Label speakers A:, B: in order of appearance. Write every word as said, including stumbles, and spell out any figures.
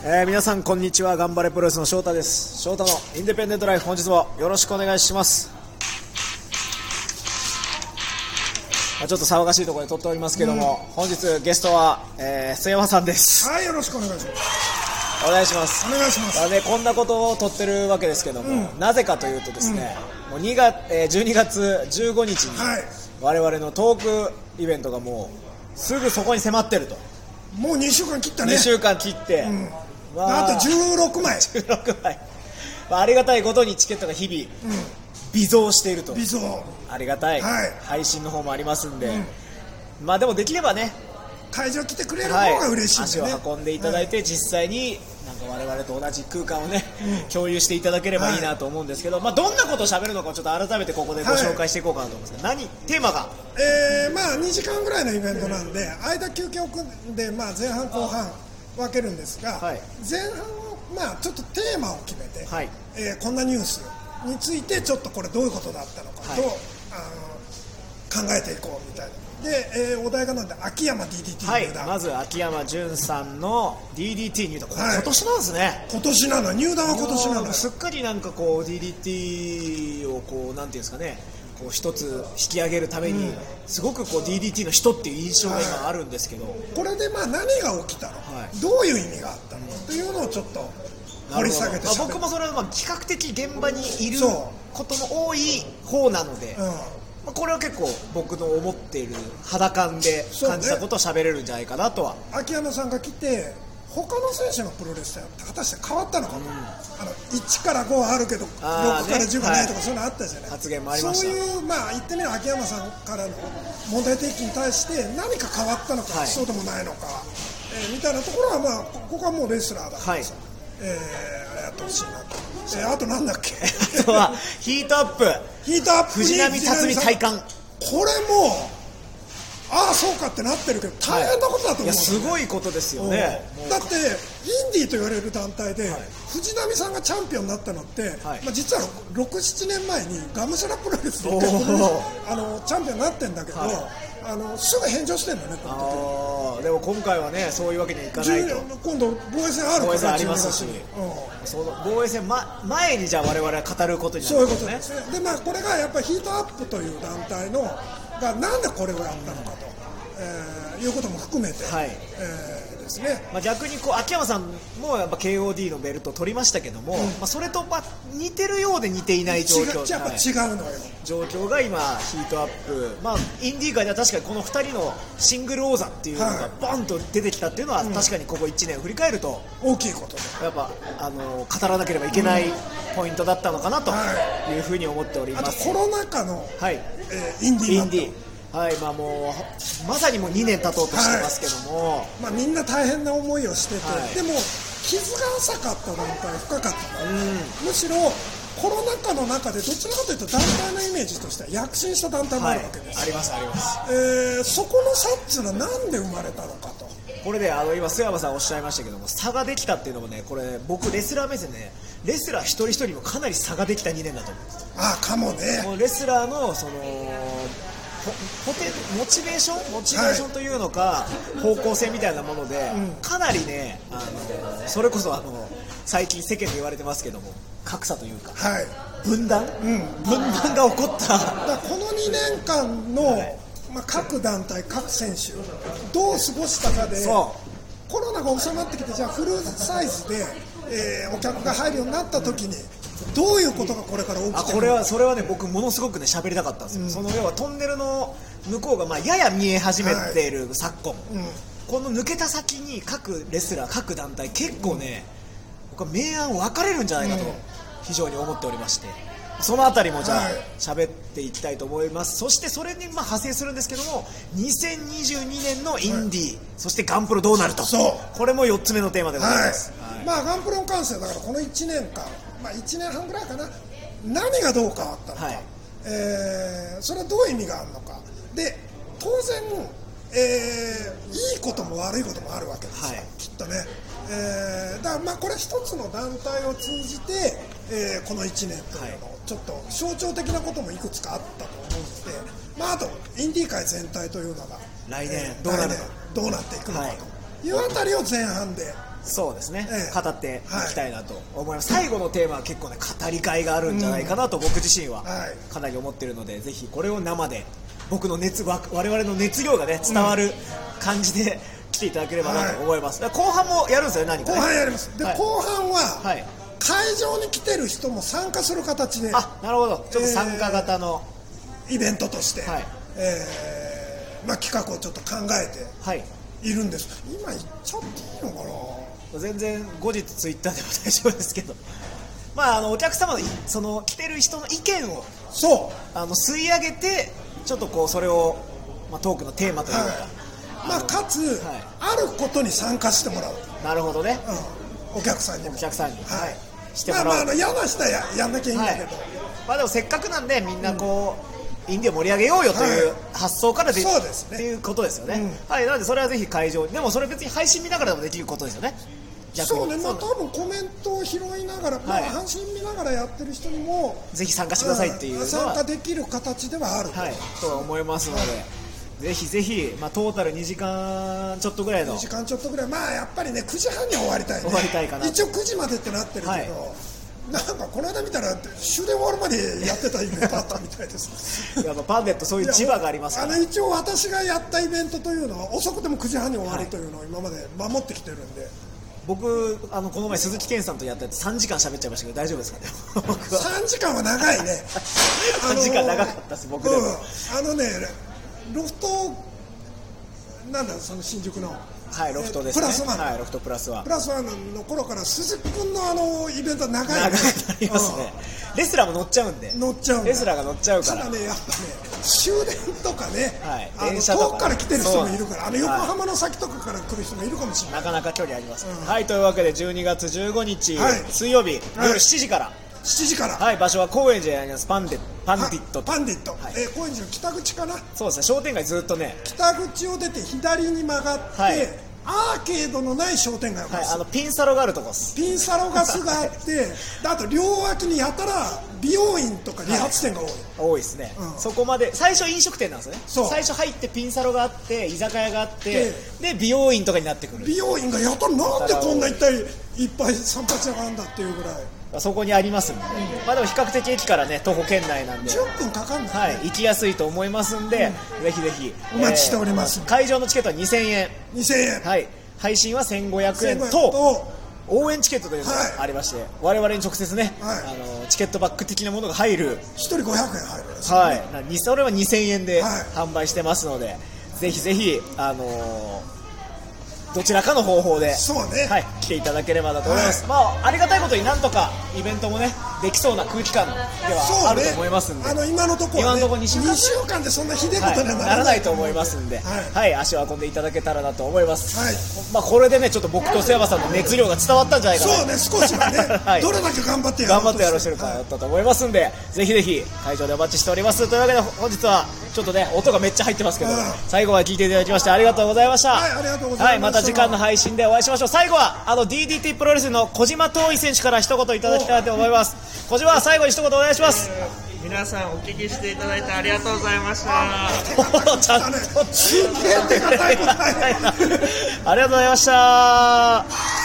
A: えー、皆さんこんにちは。頑張れプロレスの翔太です。翔太のインディペンデントライフ、本日もよろしくお願いします。まあ、ちょっと騒がしいところで撮っておりますけども、うん、本日ゲストは、えー、須山さんです。
B: はい、よろしくお願いします。
A: お願いします。
B: お願いします。
A: まあね、こんなことを撮ってるわけですけども、うん、なぜかというとですね、うん、もうにがつ、えー、じゅうにがつじゅうごにちに、はい、我々のトークイベントがもうすぐそこに迫ってると。
B: もうにしゅうかん切ったね。
A: にしゅうかん切って、うん、
B: まあ、あとじゅうろくまい
A: じゅうろくまい、まあ、ありがたいことにチケットが日々、うん、微増していると。
B: 微増
A: ありがたい、はい、配信の方もありますんで、うん、まあでもできればね、
B: 会場来てくれる方が嬉しいんでね、
A: はい、足を運んでいただいて、はい、実際になんか我々と同じ空間をね、うん、共有していただければいいなと思うんですけど、はい、まあ、どんなことを喋るのかをちょっと改めてここでご紹介していこうかなと思うんですけど、はい、何テーマが、
B: えー、まあにじかんぐらいのイベントなんで、間休憩を組んで、まあ、前半後半分けるんですが、はい、前半を、まあ、ちょっとテーマを決めて、はい、えー、こんなニュースについてちょっとこれどういうことだったのかと、はい、あの考えていこうみたいな。で、えー、お題がなんで秋山 ディーディーティー 入団、
A: はい、まず秋山純さんの ディーディーティー 入団、これ今年なんですね、はい、
B: 今年なの、入団は今年なの。
A: すっかりなんかこう ディーディーティー をこうなんていうんですかね、こう一つ引き上げるために、うん、すごくこう ディーディーティー の人っていう印象が今あるんですけど、はい、
B: これでまあ何が起きたのか、はい、どういう意味があったのかというのをちょっと掘り下げて、
A: まあ、僕もそれはまあ比較的現場にいることの多い方なので、うん、まあ、これは結構僕の思っている肌感で感じたことを喋れるんじゃないかなとは、ね、
B: 秋山さんが来て他の選手のプロレスって果たして変わったのかと、うん、あのいちからごはあるけどろくからじゅうがないとか、そういうのあったじゃない、
A: 発言もありました。
B: そういう、まあ、言ってみれば秋山さんからの問題提起に対して何か変わったのか、はい、そうでもないのか、えー、みたいなところは、まあ、ここはもうレスラーだからさ、はい、えー、あれやってほしいなと、えー、あとなんだっけ
A: あとはヒートアップ
B: ヒートアップ
A: 藤波辰巳体感、
B: これもああそうかってなってるけど大変なことだと思う、ね、
A: はい、いやすごいことですよね。
B: だってインディーと言われる団体で、はい、藤波さんがチャンピオンになったのって、はい、まあ、実はろく、ななねんまえにガムシャラプロレスで一回あのチャンピオンになってんだけど、はい、あのすぐ返上してんだね、この時。
A: あでも今回はね、そういうわけにはいかないと。
B: 今度防衛戦あるから、
A: 防衛戦ありますし、うん、その防衛戦、ま、前にじゃあ我々は語ることになるんですね。そういうことですね。
B: で、まあ、これがやっぱりヒートアップという団体のがなんでこれをやったのかと、えー、いうことも含めて、はい、えー、ですね。
A: まあ、逆にこう秋山さんもやっぱ ケーオーディー のベルトを取りましたけども、うん、まあ、それとまあ似てるようで似ていない状況、
B: やっぱ違うのよ、はい、
A: 状況が今ヒートアップ、まあ、インディー界では確かにこのふたりのシングル王座っていうのがボンと出てきたっていうのは、はい、確かにここいちねん振り返ると
B: 大きいことで、
A: やっぱあの語らなければいけないポイントだったのかなというふうに思っております。
B: あとコロナ禍の、はい、えー、インディーマット、インディー、はい、まあ、もうまさにもうにねん経とうとしてますけども、はい、まあ、 みんな大変な思いをしてて、はい、でも傷が浅かった団体、深かった、うん、むしろコロナ禍の中でどちらかというと団体のイメージとしては躍進した団体もあるわけです、
A: はい、ありますあります、
B: えー、そこの差っていうのは何で生まれたのかと。
A: これであの今須山さんおっしゃいましたけども、差ができたっていうのもね、これ僕レスラー目線で、ね、レスラー一人一人もかなり差ができたにねんだと思うんです。
B: ああ、かもね。
A: レスラーのそのモチベーションモチベーションというのか、はい、方向性みたいなもので、うん、かなりね、あのそれこそあの最近世間で言われてますけども、格差というか、はい、分断、うん、分断が起こった。
B: だこのにねんかんの、はい、まあ、各団体各選手どう過ごしたかで、コロナが収まってきて、じゃあフルサイズで、えー、お客が入るようになった時にどういうことがこれから起きてるのか。
A: あ、これはそれはね、僕ものすごくね喋りたかったんですよ、うん、その要はトンネルの向こうがまあやや見え始めている昨今、はい、うん、この抜けた先に各レスラー各団体結構ね、うん、僕は明暗分かれるんじゃないかと非常に思っておりまして、そのあたりもじゃあ喋っていきたいと思います、はい、そしてそれにまあ派生するんですけども、にせんにじゅうにねんのインディー、はい、そしてガンプロどうなると、そうこれもよっつめのテーマでございます、
B: はいはい、まあガンプロに関してはだからこのいちねんかん、まあ、いちねんはんぐらいかな、何がどう変わったのか、はい、えー、それはどういう意味があるのかで、当然、えー、いいことも悪いこともあるわけですよ、はい、きっとね、えー、だからまあこれ一つの団体を通じて、えー、このいちねんというのをちょっと象徴的なこともいくつかあったと思うので、まあ、あとインディー界全体というのが
A: 来年どうなるのか、
B: どうなっていくのかというあたりを前半で
A: そうですね、
B: ええ、
A: 語っていきたいなと思います、はい、最後のテーマは結構ね語りがいがあるんじゃないかなと僕自身はかなり思ってるので、うん、ぜひこれを生で僕の熱我々の熱量がね伝わる感じで来ていただければなと思います、はい、後半もやるんですよね、何かね。
B: 後半やります。で、はい、後半は、
A: はい、
B: 会場に来てる人も参加する形で、
A: あ、なるほど、ちょっと参加型の、
B: えー、イベントとして、はい、えーまあ、企画をちょっと考えているんです、はい、今言っちゃっていいのかな。
A: 全然後日ツイッターでも大丈夫ですけど、まあ、あのお客様のその来てる人の意見を
B: そう
A: あの吸い上げてちょっとこうそれを、まあ、トークのテーマというか、はい、
B: まあ、かつ、はい、あることに参加してもらう。
A: なるほどね、
B: うん、お客さんにも
A: お客さんに、はいはい、
B: してもらう。まあまあ、あの嫌な人は や, やんなきゃいいんだけど、はい、
A: まあ、でもせっかくなんでみんなこう、うん、インディを盛り上げようよという発想からで、
B: そうですね、
A: っていうことですよね、うん、はい、なのでそれはぜひ会場でもそれ別に配信見ながらでもできることですよね。
B: そうね、まあ、多分コメントを拾いながら、まあ、配信見ながらやってる人にも
A: ぜひ参加してくださいっていうのは
B: 参加できる形ではあると、
A: はい、とは思いますので、はい、ぜひぜひ、まあ、トータルにじかんちょっとぐらいの
B: にじかんちょっとぐらい、まあやっぱりねくじはんには終わりたいね。
A: 終わりたいかな。
B: 一応くじまでってなってるけど、はい、なんかこの間見たら終電終わるまでやってたイベントあったみたいです
A: やっぱパンデットそういう磁場がありますから。
B: あの一応私がやったイベントというのは遅くてもくじはんに終わるというのを今まで守ってきてるんで、
A: 僕あのこの前鈴木健さんとやったやつさんじかん喋っちゃいましたけど大丈夫ですかね僕は
B: さんじかんは長いね
A: さんじかん長かったです僕でも、うん、
B: あのねロフトなんだその新宿の
A: はいロフトですね、
B: プラスワン、
A: はい、ロフトプラスワン
B: プラスワンの頃から鈴木君のあのイベントは長い、ね、
A: 長くなりますね、うん、レスラーも乗っちゃうんで
B: 乗っちゃうん
A: レスラーが乗っちゃうから
B: ただねやっぱね終電とかね、はい、あの
A: 電車とか、ね、
B: 遠くから来てる人もいるからあの横浜の先とかから来る人もいるかもしれない、
A: なかなか距離あります、
B: うん、
A: はいというわけでじゅうにがつじゅうごにち、はい、水曜日、はい、夜しちじから
B: しちじから、
A: はい、場所は高円寺にありますパンデパンディット
B: パンディット、はい、えー、高円寺の北口かな。
A: そうですね、商店街ずっとね
B: 北口を出て左に曲がって、はい、アーケードのない商店街を、
A: はい、あのピンサロがあるとこです。
B: ピンサロガスがあってあと両脇にやたら美容院とか理髪店が多い、はい、
A: 多いですね、うん、そこまで最初飲食店なんですよね。そう最初入ってピンサロがあって居酒屋があってで美容院とかになってくる。
B: 美容院がやたらなんでこんな一体いっぱい散髪屋があるんだっていうぐらい
A: そこにありますんで、うん、まあでも比較的駅からね徒歩圏内なんで
B: じゅっぷんかかんない、
A: ね、はい、行きやすいと思いますんで、うん、ぜひぜひ
B: お待ちしております、
A: えー、会場のチケットはにせんえん
B: にせんえん、
A: はい、配信はせんごひゃくえんと応援チケットというのがありまして、はい、我々に直接ね、はい、あのチケットバック的なものが入る
B: ひとりごひゃくえん入るんです
A: よ、ね、はい、それはにせんえんで販売してますので、はい、ぜひぜひあのーどちらかの方法で、
B: そうね、
A: はい、来ていただければなと思います、はい、まあ、ありがたいことになんとかイベントもねできそうな空気感ではあると思いますんで、
B: ね、あの今のところ、ね、
A: 今のところにしゅ
B: うかんでそんなひでえことには
A: ならないと思いますんで、はいはい、足を運んでいただけたらなと思います、
B: はい、
A: まあ、これでねちょっと僕と須山さんの熱量が伝わったんじゃないかな。
B: そうね、少しはね、はい、どれだけ頑張ってやろうと
A: 頑張ってやろうしてるかだったと思いますんで、はい、ぜひぜひ会場でお待ちしております。というわけで本日はちょっとね音がめっちゃ入ってますけど、うん、最後まで聞いていただきましてありがとうございました。
B: はい、ありがとうございました。はい、
A: また次回の配信でお会いしましょう。最後はあの ディーディーティー プロレスの小島遠い選手から一言いただきたいと思います。小島、最後に一言お願いします。
C: えー、皆さんお聞きしていただいてありがとうございました。
A: ちゃんとすげえ手堅いありがとうございました。